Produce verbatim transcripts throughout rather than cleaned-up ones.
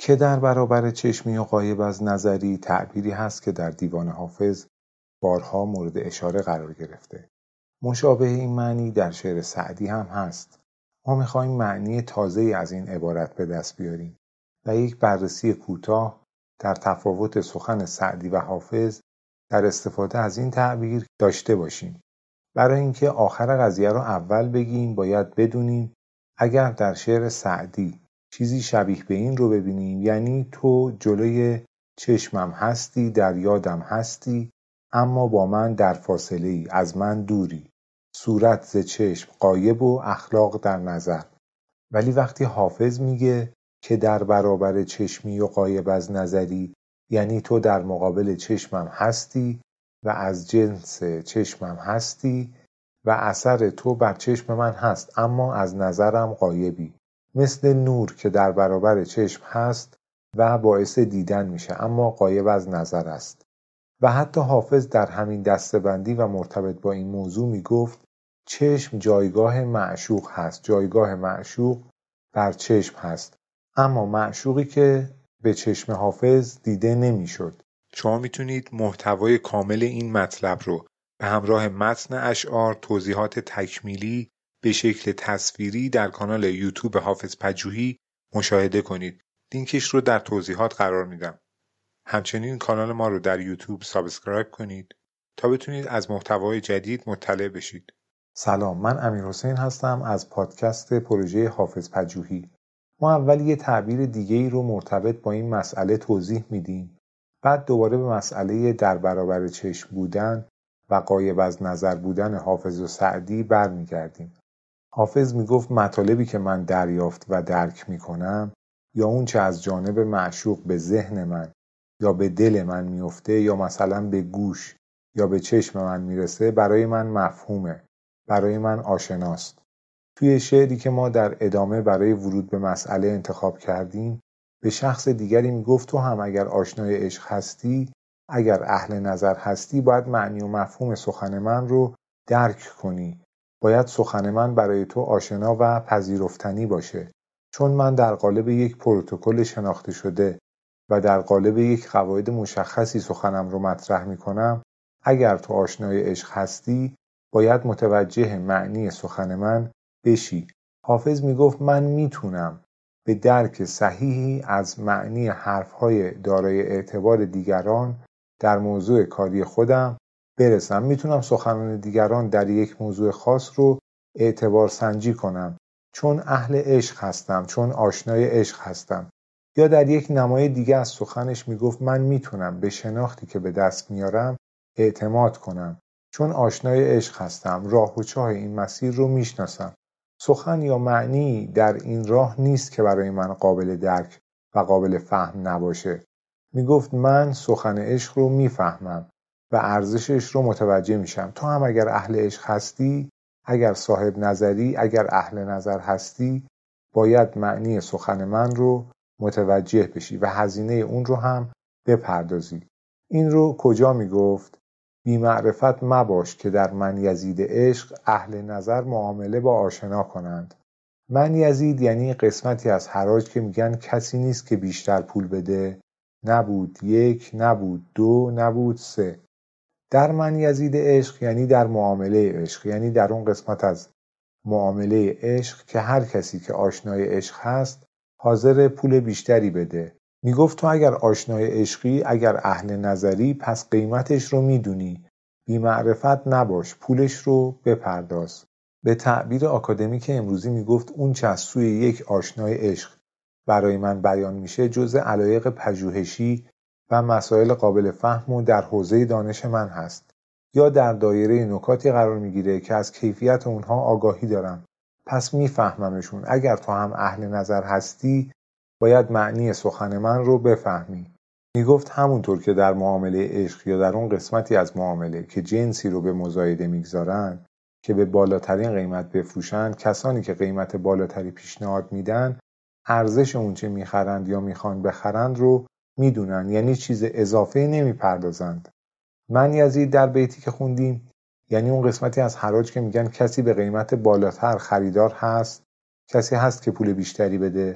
که در برابر چشمی و غایب از نظری تعبیری هست که در دیوان حافظ بارها مورد اشاره قرار گرفته. مشابه این معنی در شعر سعدی هم هست. ما میخوایم معنی تازه‌ای از این عبارت به دست بیاریم و یک بررسی کوتاه در تفاوت سخن سعدی و حافظ در استفاده از این تعبیر داشته باشیم. برای اینکه آخر قضیه رو اول بگیم باید بدونیم اگر در شعر سعدی چیزی شبیه به این رو ببینیم، یعنی تو جلوی چشمم هستی، در یادم هستی، اما با من در فاصله ای، از من دوری، صورت ز چشم غایب و اخلاق در نظر. ولی وقتی حافظ میگه که در برابر چشمی و غایب از نظری، یعنی تو در مقابل چشمم هستی و از جنس چشمم هستی و اثر تو بر چشم من هست اما از نظرم غایبی، مثل نور که در برابر چشم هست و باعث دیدن میشه اما غایب از نظر است. و حتی حافظ در همین دسته‌بندی و مرتبط با این موضوع میگفت چشم جایگاه معشوق هست، جایگاه معشوق بر چشم هست، اما معشوقی که به چشم حافظ دیده نمیشد. شما میتونید محتوای کامل این مطلب رو به همراه متن اشعار، توضیحات تکمیلی به شکل تصویری در کانال یوتیوب حافظ پژوهی مشاهده کنید. لینکش رو در توضیحات قرار میدم. همچنین کانال ما رو در یوتیوب سابسکرایب کنید تا بتونید از محتوای جدید مطلع بشید. سلام، من امیرحسین هستم از پادکست پروژه حافظ پژوهی. ما اول یه تعبیر دیگه ای رو مرتبط با این مسئله توضیح میدیم، بعد دوباره به مسئله در برابر چشم بودن و غایب از نظر بودن حافظ و سعدی برمیگردیم. حافظ میگفت مطالبی که من دریافت و درک میکنم یا اون چه از جانب معشوق به ذهن من یا به دل من میفته یا مثلا به گوش یا به چشم من میرسه برای من مفهومه، برای من آشناست. توی شعری که ما در ادامه برای ورود به مسئله انتخاب کردیم به شخص دیگری میگفت تو هم اگر آشنای عشق هستی، اگر اهل نظر هستی، باید معنی و مفهوم سخن من رو درک کنی. باید سخن من برای تو آشنا و پذیرفتنی باشه، چون من در قالب یک پروتکل شناخته شده و در قالب یک قواعد مشخصی سخنم رو مطرح میکنم. اگر تو آشنای عشق هستی باید متوجه معنی سخن من بشی. حافظ میگفت من میتونم به درک صحیحی از معنی حرفهای دارای اعتبار دیگران در موضوع کاری خودم برسم. میتونم سخنان دیگران در یک موضوع خاص رو اعتبار سنجی کنم چون اهل عشق هستم، چون آشنای عشق هستم. یا در یک نمای دیگه از سخنش میگفت من میتونم به شناختی که به دست میارم اعتماد کنم چون آشنای عشق هستم، راه و چاه این مسیر رو میشناسم. سخن یا معنی در این راه نیست که برای من قابل درک و قابل فهم نباشه. میگفت من سخن عشق رو میفهمم و ارزشش رو متوجه میشم. تو هم اگر اهل عشق هستی، اگر صاحب نظری، اگر اهل نظر هستی، باید معنی سخن من رو متوجه بشی و هزینه اون رو هم بپردازی. این رو کجا میگفت؟ بی معرفت مباش که در من یزید عشق اهل نظر معامله با آشنا کنند. من یزید یعنی قسمتی از حراج که میگن کسی نیست که بیشتر پول بده. نبود یک، نبود دو، نبود سه. در من یزید عشق یعنی در معامله عشق، یعنی در اون قسمت از معامله عشق که هر کسی که آشنای عشق هست حاضر پول بیشتری بده. میگفت تو اگر آشنای عشقی، اگر اهل نظری، پس قیمتش رو میدونی. بی معرفت نباش، پولش رو بپرداز. به تعبیر آکادمیک امروزی میگفت اون چه از سوی یک آشنای عشق برای من بیان میشه جزء علایق پژوهشی و مسائل قابل فهم و در حوزه دانش من هست، یا در دایره نکاتی قرار میگیره که از کیفیت اونها آگاهی دارم، پس میفهممشون. اگر تو هم اهل نظر هستی باید معنی سخن من رو بفهمی. میگفت همونطور که در معامله عشق یا در اون قسمتی از معامله که جنسی رو به مزایده میگذارن که به بالاترین قیمت بفروشند، کسانی که قیمت بالاتری پیشنهاد میدن ارزش اون چه میخرند یا میخوان بخرند رو میدونن، یعنی چیز اضافه نمیپردازند. من یزید در بیتی که خوندیم یعنی اون قسمتی از حراج که میگن کسی به قیمت بالاتر خریدار هست، کسی هست که پول بیشتری بده.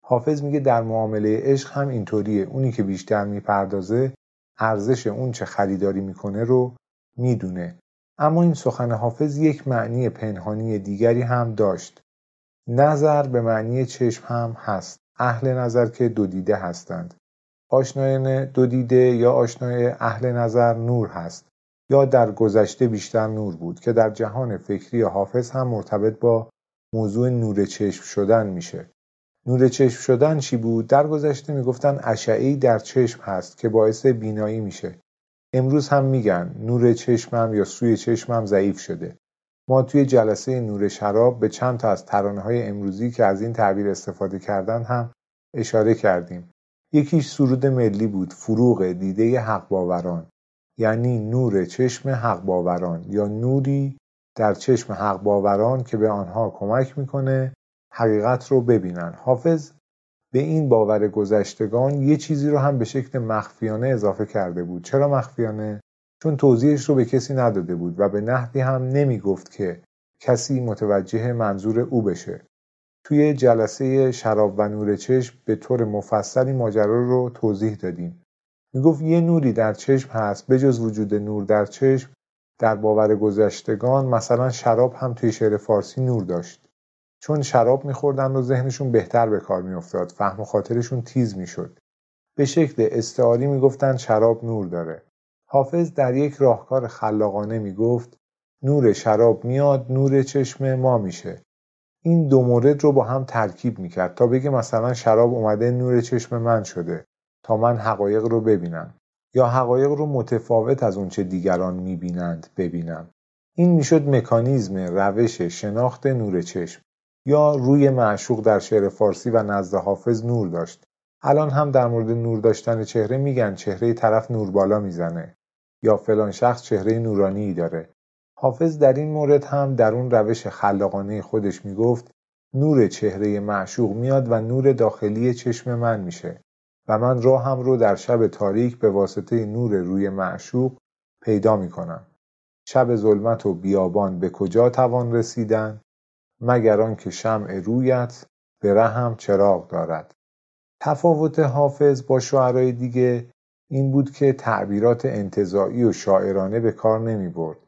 حافظ میگه در معامله عشق هم اینطوریه، اونی که بیشتر میپردازه ارزش اون چه خریداری میکنه رو میدونه. اما این سخن حافظ یک معنی پنهانی دیگری هم داشت. نظر به معنی چشم هم هست. اهل نظر که دو دیده هستند. آشنایان دو دیده یا آشنای اهل نظر نور هست یا در گذشته بیشتر نور بود که در جهان فکری حافظ هم مرتبط با موضوع نور چشم شدن میشه. نور چشم شدن چی بود؟ در گذشته میگفتن اشعه‌ای در چشم هست که باعث بینایی میشه. امروز هم میگن نور چشمم یا سوی چشمم ضعیف شده. ما توی جلسه نور شراب به چند تا از ترانه‌های امروزی که از این تعبیر استفاده کردن هم اشاره کردیم. یکیش سرود ملی بود، فروغ دیده حق باوران، یعنی نور چشم حق باوران یا نوری در چشم حق باوران که به آنها کمک میکنه حقیقت رو ببینن. حافظ به این باور گذشتگان یه چیزی رو هم به شکل مخفیانه اضافه کرده بود. چرا مخفیانه؟ چون توضیحش رو به کسی نداده بود و به نحوی هم نمی گفت که کسی متوجه منظور او بشه. توی جلسه شراب و نور چشم به طور مفصلی ماجرا رو توضیح دادیم. می گفت یه نوری در چشم هست، به جز وجود نور در چشم در باور گذشتگان مثلا شراب هم توی شعر فارسی نور داشت. چون شراب می‌خوردن و ذهنشون بهتر به کار می‌افتاد، فهم و خاطرشون تیز می‌شد. به شکل استعاری می‌گفتن شراب نور داره. حافظ در یک راهکار خلاقانه می‌گفت نور شراب میاد، نور چشم ما میشه. این دو مورد رو با هم ترکیب می‌کرد تا بگه مثلا شراب اومده نور چشم من شده تا من حقایق رو ببینم یا حقایق رو متفاوت از اون چه دیگران می‌بینند ببینم. این میشد مکانیزم روش شناخت نور چشم. یا روی معشوق در شعر فارسی و نزد حافظ نور داشت. الان هم در مورد نور داشتن چهره میگن چهره طرف نور بالا میزنه یا فلان شخص چهره نورانی داره. حافظ در این مورد هم در اون روش خلاقانه خودش میگفت نور چهره معشوق میاد و نور داخلی چشم من میشه و من راهم رو در شب تاریک به واسطه نور روی معشوق پیدا میکنم. شب ظلمت و بیابان به کجا توان رسیدن؟ مگر آنکه شمع رویت به رهم چراغ دارد. تفاوت حافظ با شاعرای دیگه این بود که تعبیرات انتزاعی و شاعرانه به کار نمی برد.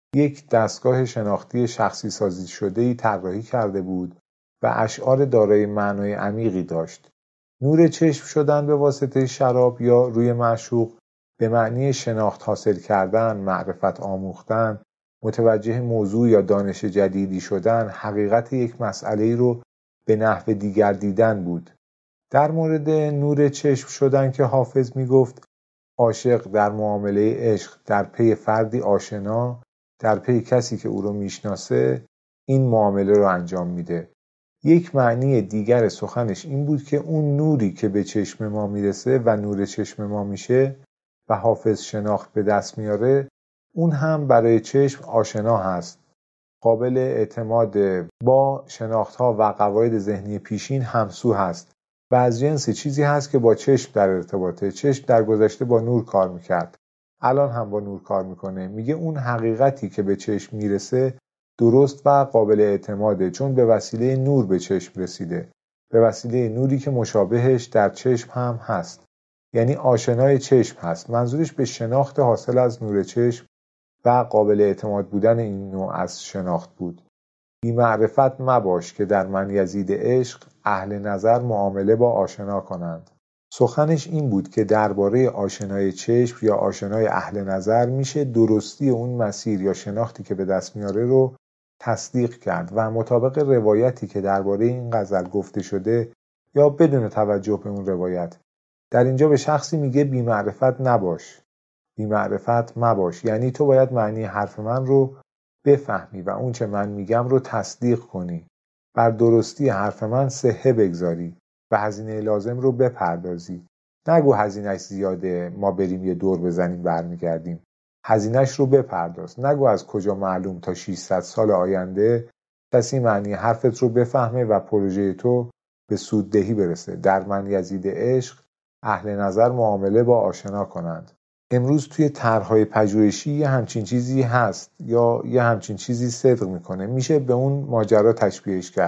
یک دستگاه شناختی شخصی سازی شده‌ای طراحی کرده بود و اشعار دارای معنای عمیقی داشت. نور چشم شدن به واسطه شراب یا روی معشوق به معنی شناخت حاصل کردن، معرفت آموختن، متوجه موضوع یا دانش جدیدی شدن، حقیقت یک مسئله رو به نحو دیگر دیدن بود. در مورد نور چشم شدن که حافظ می گفت عاشق در معامله عشق در پی فردی آشنا، در پی کسی که او رو میشناسه این معامله رو انجام میده. یک معنی دیگر سخنش این بود که اون نوری که به چشم ما میرسه و نور چشم ما میشه و حافظ شناخت به دست میاره، اون هم برای چشم آشنا هست، قابل اعتماد با شناخت‌ها و قواعد ذهنی پیشین همسو هست و از جنس چیزی هست که با چشم در ارتباطه. چشم در گذشته با نور کار میکرد، الان هم با نور کار میکنه. میگه اون حقیقتی که به چشم میرسه درست و قابل اعتماده، چون به وسیله نور به چشم رسیده، به وسیله نوری که مشابهش در چشم هم هست، یعنی آشنای چشم هست. منظورش به شناخت حاصل از نور چشم و قابل اعتماد بودن این نوع از شناخت بود. بی معرفت مباش که در من یزید عشق اهل نظر معامله با آشنا کنند. سخنش این بود که درباره آشنای چشم یا آشنای اهل نظر میشه درستی اون مسیر یا شناختی که به دست میاره رو تصدیق کرد و مطابق روایتی که درباره این غزل گفته شده یا بدون توجه به اون روایت در اینجا به شخصی میگه بی معرفت نباش، بی معرفت مباش، یعنی تو باید معنی حرف من رو بفهمی و اون چه من میگم رو تصدیق کنی، بر درستی حرف من صحه بگذاری و هزینه لازم رو بپردازی. نگو هزینه‌اش زیاده ما بریم یه دور بزنیم برمیگردیم. هزینه‌اش رو بپرداز. نگو از کجا معلوم تا ششصد سال آینده کسی معنی حرفت رو بفهمه و پروژه تو به سوددهی برسه. در من یزید عشق اهل نظر معامله با آشنا کنند. امروز توی طرح‌های پژوهشی یه همچین چیزی هست یا یه همچین چیزی صدق میکنه، میشه به اون ماجرا تشبیهش کرد.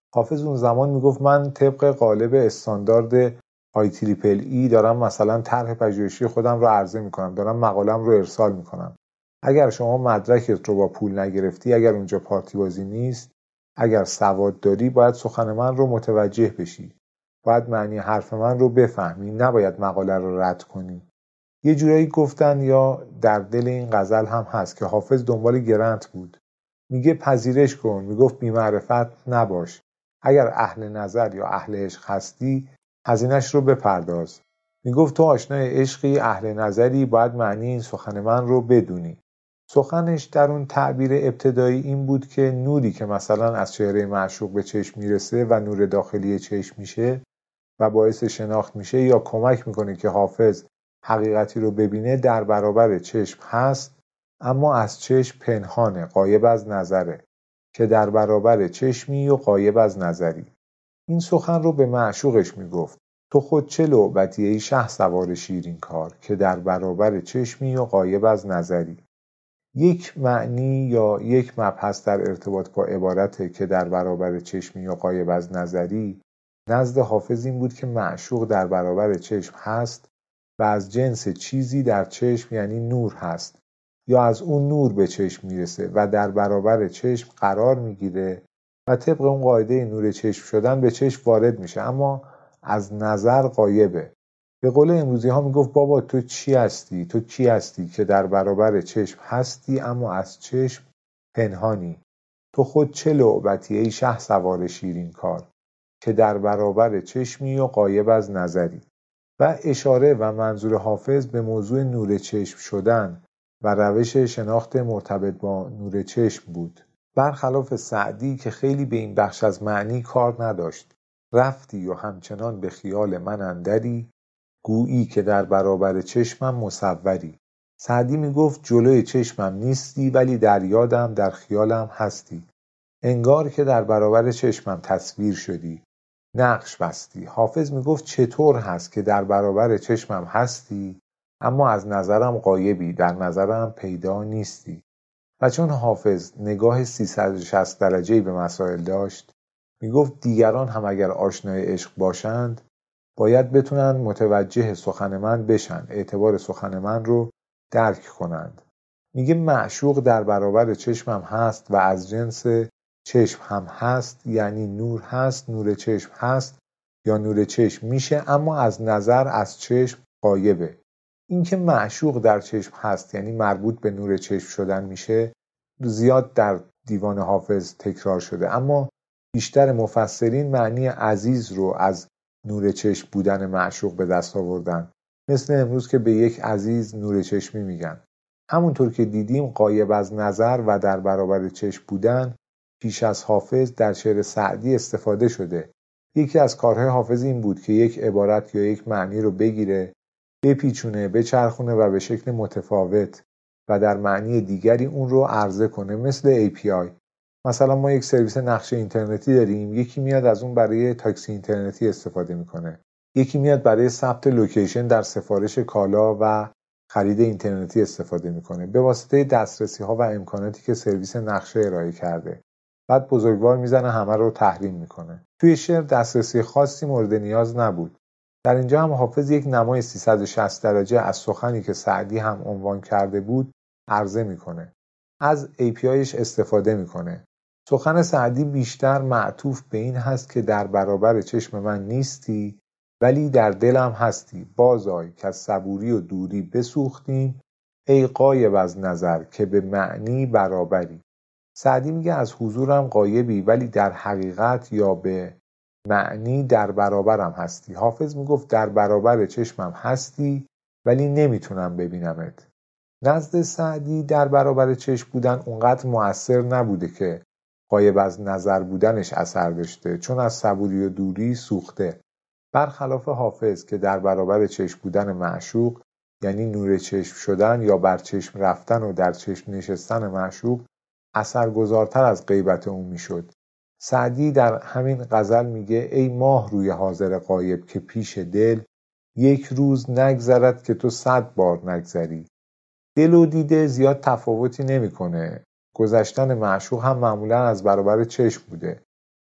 حافظ اون زمان میگفت من طبق قالب استاندارد آی تریپل ای دارم مثلا طرح پژوهشی خودم رو عرضه میکنم، دارم مقالم رو ارسال میکنم. اگر شما مدرکت رو با پول نگرفتی، اگر اونجا پارتی بازی نیست، اگر سواد داری، باید سخن من رو متوجه بشی، باید معنی حرف من رو بفهمی، نباید مقاله رو رد کنی. یه جورایی گفتن یا در دل این غزل هم هست که حافظ دنبال گرنت بود. میگه پذیرش کن، میگفت بی معرفت نباش، اگر اهل نظر یا اهل عشق هستی هزینه‌اش رو بپرداز. میگفت تو آشنای عشقی، اهل نظری، باید معنی این سخن من رو بدونی. سخنش در اون تعبیر ابتدایی این بود که نوری که مثلا از چهره معشوق به چشم میرسه و نور داخلی چشم میشه و باعث شناخت میشه یا کمک میکنه که حافظ حقیقتی رو ببینه، در برابر چشم هست اما از چشم پنهانه، غایب از نظره، که در برابر چشمی و غایب از نظری. این سخن رو به معشوقش میگفت. تو خود چه لعبتی ای شه سوار شیرین کار، که در برابر چشمی و غایب از نظری. یک معنی یا یک مبحث در ارتباط با عبارت که در برابر چشمی و غایب از نظری، نزد حافظ این بود که معشوق در برابر چشم هست و از جنس چیزی در چشم، یعنی نور هست، یا از اون نور به چشم میرسه و در برابر چشم قرار میگیره و طبق اون قاعده نور چشم شدن به چشم وارد میشه اما از نظر غایبه. به قول امروزی ها میگفت بابا تو چی هستی؟ تو کی هستی که در برابر چشم هستی اما از چشم پنهانی؟ تو خود چه لعبتی ای شه سوار شیرین کار، که در برابر چشمی و غایب از نظری. و اشاره و منظور حافظ به موضوع نور چشم شدن و روش شناخت مرتبط با نور چشم بود، برخلاف سعدی که خیلی به این بخش از معنی کار نداشت. رفتی و همچنان به خیال من اندری، گویی که در برابر چشمم مصوری. سعدی میگفت جلوی چشمم نیستی ولی در یادم، در خیالم هستی. انگار که در برابر چشمم تصویر شدی، نقش بستی. حافظ میگفت چطور هست که در برابر چشمم هستی اما از نظرم غایبی، در نظرم پیدا نیستی. و چون حافظ نگاه سیصد و شصت درجه‌ای به مسائل داشت، میگفت دیگران هم اگر آشنای عشق باشند باید بتونن متوجه سخن من بشن، اعتبار سخن من رو درک کنند. میگه معشوق در برابر چشمم هست و از جنس چشم هم هست، یعنی نور هست، نور چشم هست یا نور چشم میشه اما از نظر از چشم غایبه. اینکه معشوق در چشم هست یعنی مربوط به نور چشم شدن میشه، زیاد در دیوان حافظ تکرار شده، اما بیشتر مفسرین معنی عزیز رو از نور چشم بودن معشوق به دست آوردن، مثل امروز که به یک عزیز نور چشمی میگن. همونطور که دیدیم غایب از نظر و در برابر چشم بودن پیش از حافظ در شعر سعدی استفاده شده. یکی از کارهای حافظ این بود که یک عبارت یا یک معنی رو بگیره، بپیچونه، بچرخونه و به شکل متفاوت و در معنی دیگری اون رو عرضه کنه، مثل ای پی آی. مثلا ما یک سرویس نقشه اینترنتی داریم، یکی میاد از اون برای تاکسی اینترنتی استفاده میکنه، یکی میاد برای ثبت لوکیشن در سفارش کالا و خرید اینترنتی استفاده میکنه به واسطه دسترسی ها و امکاناتی که سرویس نقشه ارائه کرده. بعد بزرگوار میزنه همه رو تحریم میکنه. توی شعر دسترسی خاصی مورد نیاز نبود. در اینجا هم حافظ یک نمای سیصد و شصت درجه از سخنی که سعدی هم عنوان کرده بود عرضه میکنه. از ای پی آیش استفاده میکنه. سخن سعدی بیشتر معطوف به این هست که در برابر چشم من نیستی ولی در دلم هستی. بازآی که از صبوری و دوری بسوختیم، ای غایب از نظر که به معنی برابری. سعدی میگه از حضورم غایبی ولی در حقیقت یا به معنی در برابرم هستی. حافظ میگفت در برابر چشمم هستی ولی نمیتونم ببینمت. نزد سعدی در برابر چشم بودن اونقدر مؤثر نبوده که غایب از نظر بودنش اثر داشته، چون از صبوری و دوری سوخته. برخلاف حافظ که در برابر چشم بودن معشوق، یعنی نور چشم شدن یا بر چشم رفتن و در چشم نشستن معشوق، اثرگذارتر از غیبت اون میشد. سعدی در همین غزل میگه ای ماه روی حاضر غایب که پیش دل، یک روز نگذرد که تو صد بار نگذری. دل و دیده زیاد تفاوتی نمیکنه. گذشتن معشوق هم معمولا از برابر چشم بوده.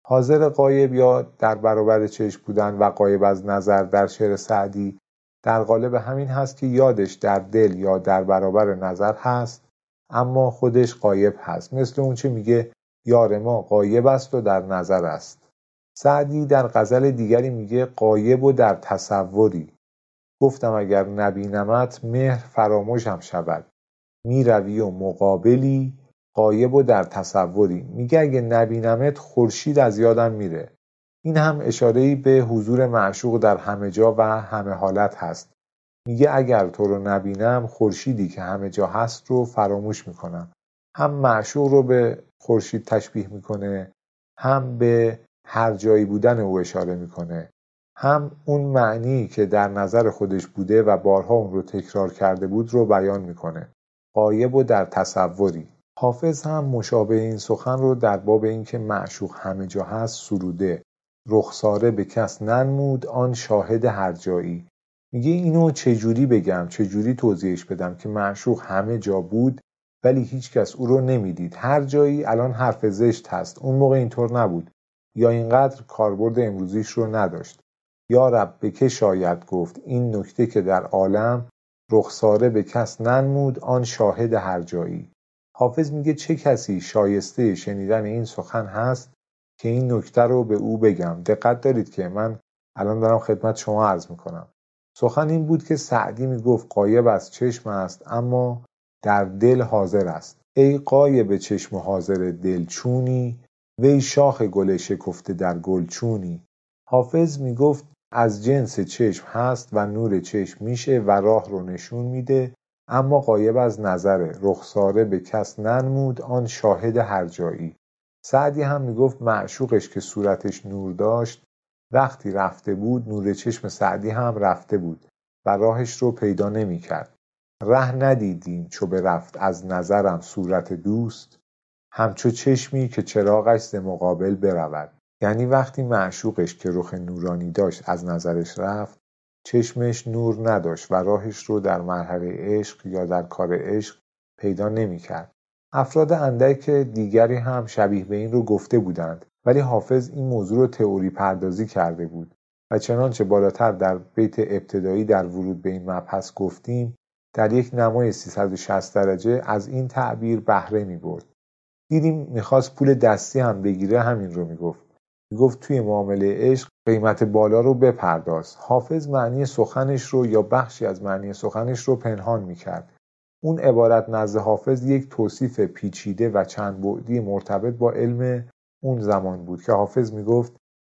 حاضر غایب یا در برابر چشم بودن و غایب از نظر در شعر سعدی در قالب همین هست که یادش در دل یا در برابر نظر هست اما خودش غایب هست، مثل اون چه میگه یار ما غایب است و در نظر است. سعدی در غزل دیگری میگه غایب و در تصوری، گفتم اگر نبینمت مهر فراموشم شود، میروی و مقابلی غایب و در تصوری. میگه اگه نبینمت خورشید از یادم میره. این هم اشاره‌ای به حضور معشوق در همه جا و همه حالت هست. میگه اگر تو رو نبینم خورشیدی که همه جا هست رو فراموش میکنم. هم معشوق رو به خورشید تشبیه میکنه، هم به هر جایی بودن او اشاره میکنه، هم اون معنی که در نظر خودش بوده و بارها اون رو تکرار کرده بود رو بیان میکنه. غایب و در تصوری. حافظ هم مشابه این سخن رو در باب اینکه معشوق همه جا هست سروده. رخساره به کس ننمود آن شاهد هر جایی. میگه اینو چجوری بگم، چجوری توضیحش بدم که معشوق همه جا بود ولی هیچ کس او رو نمیدید. هر جایی الان حرف زشت هست، اون موقع اینطور نبود، یا اینقدر کاربرد امروزیش رو نداشت. یا رب به که شاید گفت این نکته که در عالم، رخساره به کس ننمود آن شاهد هر جایی. حافظ میگه چه کسی شایسته شنیدن این سخن هست که این نکته رو به او بگم. دقت دارید که من الان دارم خدمت شما عرض میکنم. سخن این بود که سعدی میگفت غایب از چشم است اما در دل حاضر است. ای غایب چشم و حاضر دل چونی، وی شاخ گل شکفته در گل چونی. حافظ میگفت از جنس چشم هست و نور چشم میشه و راه رو نشون میده اما غایب از نظره. رخساره به کس ننمود آن شاهد هر جایی. سعدی هم میگفت معشوقش که صورتش نور داشت وقتی رفته بود نور چشم سعدی هم رفته بود و راهش رو پیدا نمی کرد. ره ندیدیم چو برفت از نظرم صورت دوست، همچو چشمی که چراغش ز مقابل برود. یعنی وقتی معشوقش که رخ نورانی داشت از نظرش رفت، چشمش نور نداشت و راهش رو در مرحله عشق یا در کار عشق پیدا نمی کرد. افراد اندک دیگری هم شبیه به این رو گفته بودند ولی حافظ این موضوع رو تئوری پردازی کرده بود و چنانچه بالاتر در بیت ابتدایی در ورود به این مبحث گفتیم در یک نمای سیصد و شصت درجه از این تعبیر بهره می برد. دیدیم میخواست پول دستی هم بگیره همین رو میگفت. میگفت توی معامله عشق قیمت بالا رو بپرداز. حافظ معنی سخنش رو یا بخشی از معنی سخنش رو پنهان میکرد. اون عبارت نزد حافظ یک توصیف پیچیده و چند بعدی مرتبط با علم اون زمان بود که حافظ میگفت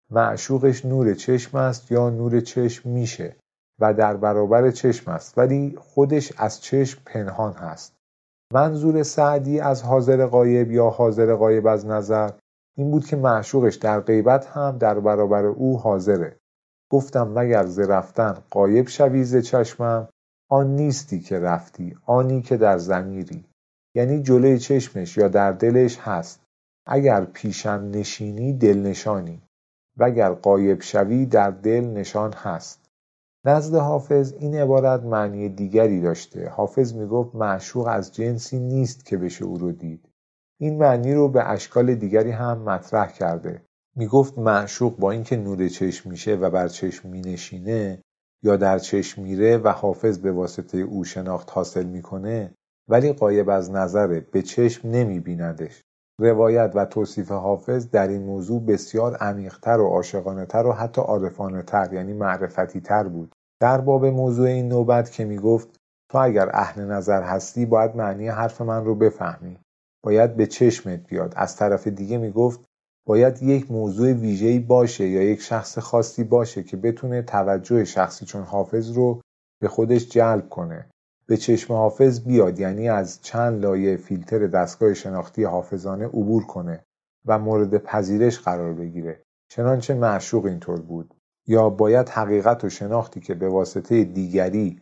معشوقش نور چشم است یا نور چشم میشه و در برابر چشم است ولی خودش از چشم پنهان هست. منظور سعدی از حاضر غایب یا حاضر غایب از نظر این بود که معشوقش در غیبت هم در برابر او حاضره. گفتم مگر ز رفتن غایب شوی ز چشمم، آن نیستی که رفتی آنی که در ضمیری. یعنی جلوی چشمش یا در دلش هست. اگر پیشم نشینی دل نشانی، وگر غایب شوی در دل نشان هست. نزد حافظ این عبارت معنی دیگری داشته. حافظ میگفت معشوق از جنسی نیست که بشه او رو دید. این معنی رو به اشکال دیگری هم مطرح کرده. میگفت معشوق با اینکه نور چشم میشه و بر چشم مینشینه یا در چشم میره و حافظ به واسطه او شناخت حاصل میکنه ولی غایب از نظره، به چشم نمیبیندش. روایت و توصیف حافظ در این موضوع بسیار عمیق‌تر و عاشقانه‌تر و حتی عارفانه‌تر یعنی معرفتی تر بود. در باب موضوع این نوبت که میگفت تو اگر اهل نظر هستی باید معنی حرف من رو بفهمی، باید به چشمت بیاد. از طرف دیگه میگفت باید یک موضوع ویژه‌ای باشه یا یک شخص خاصی باشه که بتونه توجه شخصی چون حافظ رو به خودش جلب کنه، به چشم حافظ بیاد، یعنی از چند لایه فیلتر دستگاه شناختی حافظانه عبور کنه و مورد پذیرش قرار بگیره. چنانچه معشوق اینطور بود. یا باید حقیقت و شناختی که به واسطه دیگری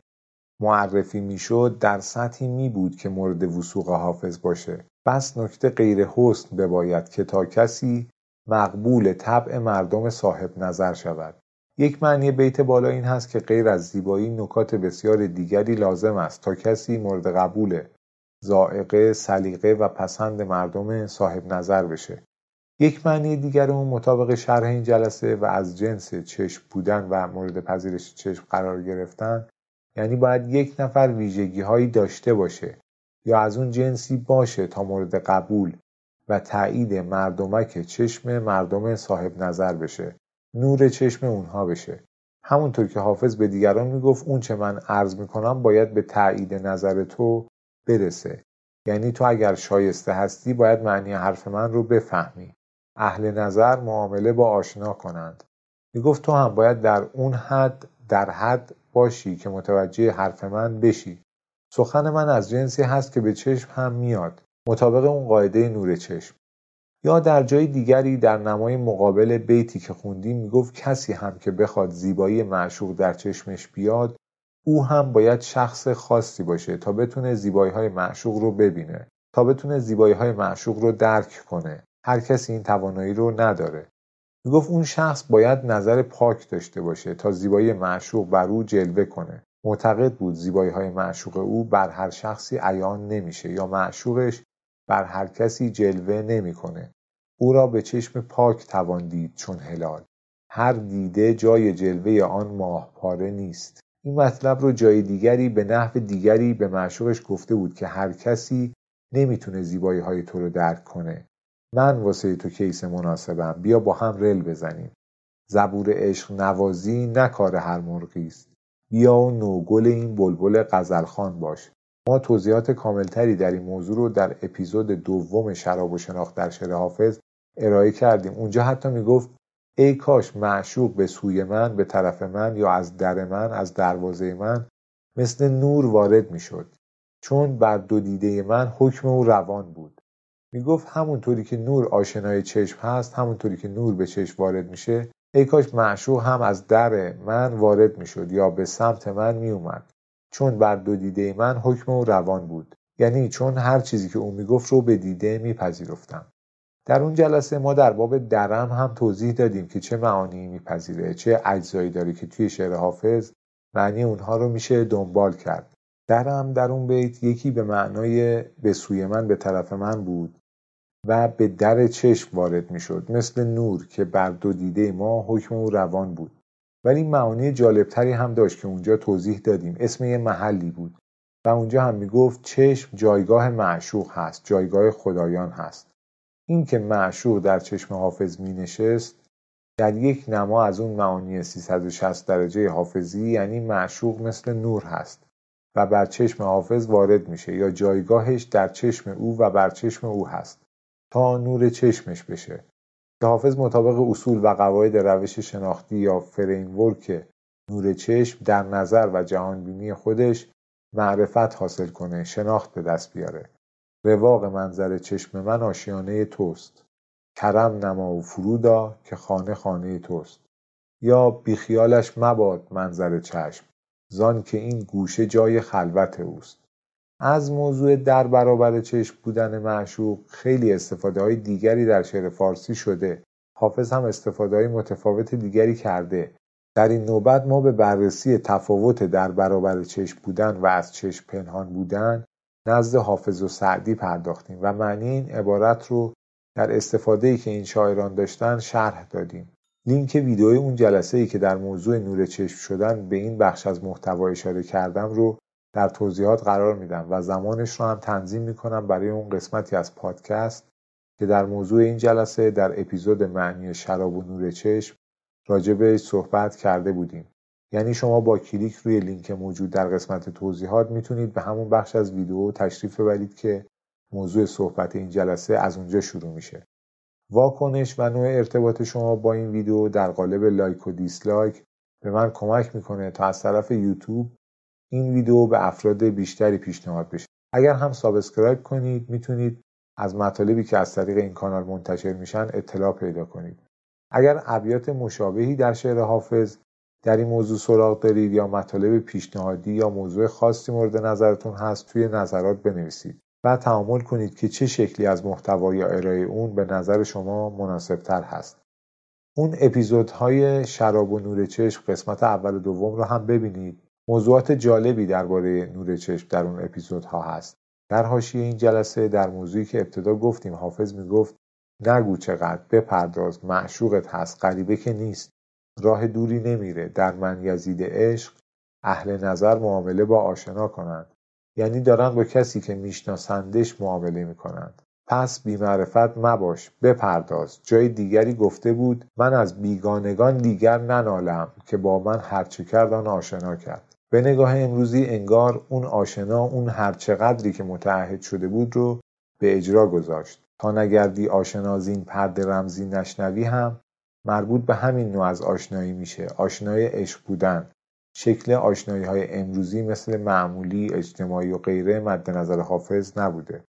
معرفی میشد در سطحی می بود که مورد وثوق حافظ باشه. بس نکته غیر حسن بباید که تا کسی مقبول طبع مردم صاحب نظر شود. یک معنی بیت بالا این هست که غیر از زیبایی نکات بسیار دیگری لازم است تا کسی مورد قبول ذائقه، سلیقه و پسند مردم صاحب نظر بشه. یک معنی دیگر اون مطابق شرح این جلسه و از جنس چشم بودن و مورد پذیرش چشم قرار گرفتن، یعنی باید یک نفر ویژگی هایی داشته باشه یا از اون جنسی باشه تا مورد قبول و تایید مردمک چشم مردم صاحب نظر بشه، نور چشم اونها بشه. همونطور که حافظ به دیگران میگفت اون چه من عرض میکنم باید به تایید نظر تو برسه، یعنی تو اگر شایسته هستی باید معنی حرف من رو بفهمی. اهل نظر معامله با آشنا کنند. میگفت تو هم باید در اون حد در حد باشی که متوجه حرف من بشی. سخن من از جنسی هست که به چشم هم میاد، مطابق اون قاعده نور چشم. یا در جای دیگری در نمای مقابل بیتی که خوندیم میگفت کسی هم که بخواد زیبایی معشوق در چشمش بیاد، او هم باید شخص خاصی باشه تا بتونه زیبایی‌های معشوق رو ببینه، تا بتونه زیبایی‌های معشوق رو درک کنه. هر کسی این توانایی رو نداره. میگفت اون شخص باید نظر پاک داشته باشه تا زیبایی معشوق بر او جلوه کنه. معتقد بود زیبایی‌های معشوق او بر هر شخصی عیان نمیشه یا معشوقش بر هر کسی جلوه نمیکنه. او را به چشم پاک توان دید چون هلال. هر دیده جای جلوه آن ماه پاره نیست. این مطلب رو جای دیگری به نحو دیگری به معشوقش گفته بود که هر کسی نمیتونه زیبایی‌های تو رو درک کنه. من واسه تو کیس مناسبم، بیا با هم رل بزنیم. زبور عشق نوازی نه کار هر مرغی است. بیا و نوگل این بلبل غزلخوان باش. ما توضیحات کاملتری در این موضوع رو در اپیزود دوم شراب و شناخت در شعر حافظ ارائه کردیم. اونجا حتی میگفت ای کاش معشوق به سوی من، به طرف من یا از در من، از دروازه من مثل نور وارد میشد، چون بر دو دیده من حکم او روان بود. میگفت همونطوری که نور آشنای چشم هست، همونطوری که نور به چشم وارد میشه، ای کاش معشوق هم از در من وارد میشد یا به سمت من میومد، چون بر دو دیده من حکم او روان بود. یعنی چون هر چیزی که او میگفت رو به دیده میپذیرفتم. در اون جلسه ما در باب درم هم توضیح دادیم که چه معانی میپذیره، چه اجزایی داره که توی شعر حافظ معنی اونها رو میشه دنبال کرد. درم در اون بیت یکی به معنای به سوی من، به طرف من بود و به در چشم وارد میشد، مثل نور که بر دو دیده ما حکم او روان بود. ولی معانی جالبتری هم داشت که اونجا توضیح دادیم. اسم یه محلی بود و اونجا هم میگفت چشم جایگاه معشوق هست، جایگاه خدایان هست. این که معشوق در چشم حافظ می نشست در یک نما از اون معانی سیصد و شصت درجه حافظی، یعنی معشوق مثل نور هست و بر چشم حافظ وارد میشه یا جایگاهش در چشم او و بر چشم او هست تا نور چشمش بشه، که حافظ مطابق اصول و قواعد روش شناختی یا فریمورک نور چشم در نظر و جهانبینی خودش معرفت حاصل کنه، شناخت به دست بیاره. رواق منظر چشم من آشیانه توست، کرم نما و فرودا که خانه خانه توست. یا بیخیالش مباد منظر چشم، زان که این گوشه جای خلوت اوست. از موضوع در برابر چشم بودن معشوق خیلی استفاده های دیگری در شعر فارسی شده. حافظ هم استفاده های متفاوت دیگری کرده. در این نوبت ما به بررسی تفاوت در برابر چشم بودن و از چشم پنهان بودن نزد حافظ و سعدی پرداختیم و معنی این عبارت رو در استفاده‌ای که این شاعران داشتن شرح دادیم. لینک ویدئوی اون جلسه‌ای که در موضوع نور چشم شدن به این بخش از محتوا اشاره کردم رو در توضیحات قرار میدم و زمانش رو هم تنظیم میکنم برای اون قسمتی از پادکست که در موضوع این جلسه در اپیزود معنی شراب و نور چشم راجع بهش صحبت کرده بودیم. یعنی شما با کلیک روی لینک موجود در قسمت توضیحات میتونید به همون بخش از ویدیو تشریف ببرید که موضوع صحبت این جلسه از اونجا شروع میشه. واکنش و نوع ارتباط شما با این ویدیو در قالب لایک و دیسلایک به من کمک میکنه تا از طرف یوتیوب این ویدیو به افراد بیشتری پیشنهاد بشه. اگر هم سابسکرایب کنید میتونید از مطالبی که از طریق این کانال منتشر میشن اطلاع پیدا کنید. اگر ابیات مشابهی در شعر حافظ در این موضوع سراغ دارید یا مطالب پیشنهادی یا موضوع خاصی مورد نظرتون هست توی نظرات بنویسید و تأمل کنید که چه شکلی از محتوا یا ارائه اون به نظر شما مناسبتر هست. اون اپیزودهای شراب و نور چشم قسمت اول و دوم رو هم ببینید. موضوعات جالبی درباره نور چشم در اون اپیزودها هست. در حاشیه این جلسه در موضوعی که ابتدا گفتیم حافظ میگفت نگو چقدر، بپرداز، معشوقت هست، غریبه که نیست، راه دوری نمیره. در من یزید عشق اهل نظر معامله با آشنا کنند. یعنی دارن با کسی که میشناسندش معامله میکنند. پس بی‌معرفت مباش، بپرداز. جای دیگری گفته بود من از بیگانگان دیگر ننالم که با من هرچه کرد آن آشنا کرد. به نگاه امروزی انگار اون آشنا اون هرچه قدری که متعهد شده بود رو به اجرا گذاشت. تا نگردی آشنا زین پرده رمزی نشنوی هم مربوط به همین نوع از آشنایی میشه، آشنای عشق بودن. شکل آشنایی های امروزی مثل معمولی، اجتماعی و غیره مد نظر حافظ نبوده.